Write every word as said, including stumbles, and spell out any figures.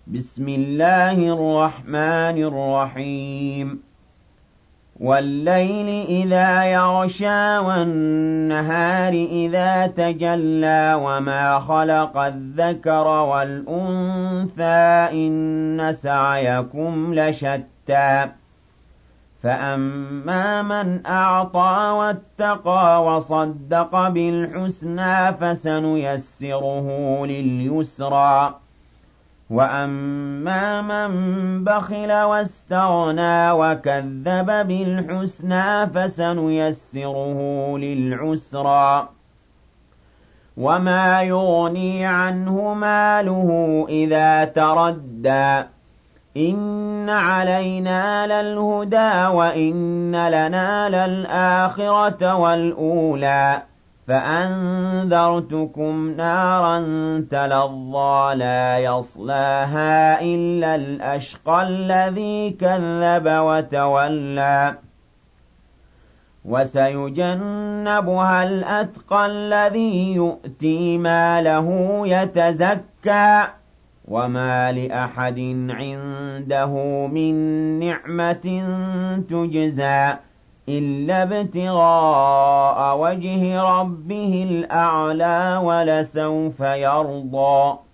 بسم الله الرحمن الرحيم والليل إذا يغشى والنهار إذا تجلى وما خلق الذكر والأنثى إن سعيكم لشتى فأما من أعطى واتقى وصدق بالحسنى فسنيسره لليسرى وأما من بخل واستغنى وكذب بالحسنى فسنيسره للعسرى وما يغني عنه ماله إذا تردى إن علينا للهدى وإن لنا للآخرة والأولى فأنذرتكم نارا تلظى لا يصلاها إلا الأشقى الذي كذب وتولى وسيجنبها الأتقى الذي يؤتي ماله يتزكى وما لأحد عنده من نعمة تجزى إلا ابتغاء وجه ربه الأعلى ولسوف يرضى.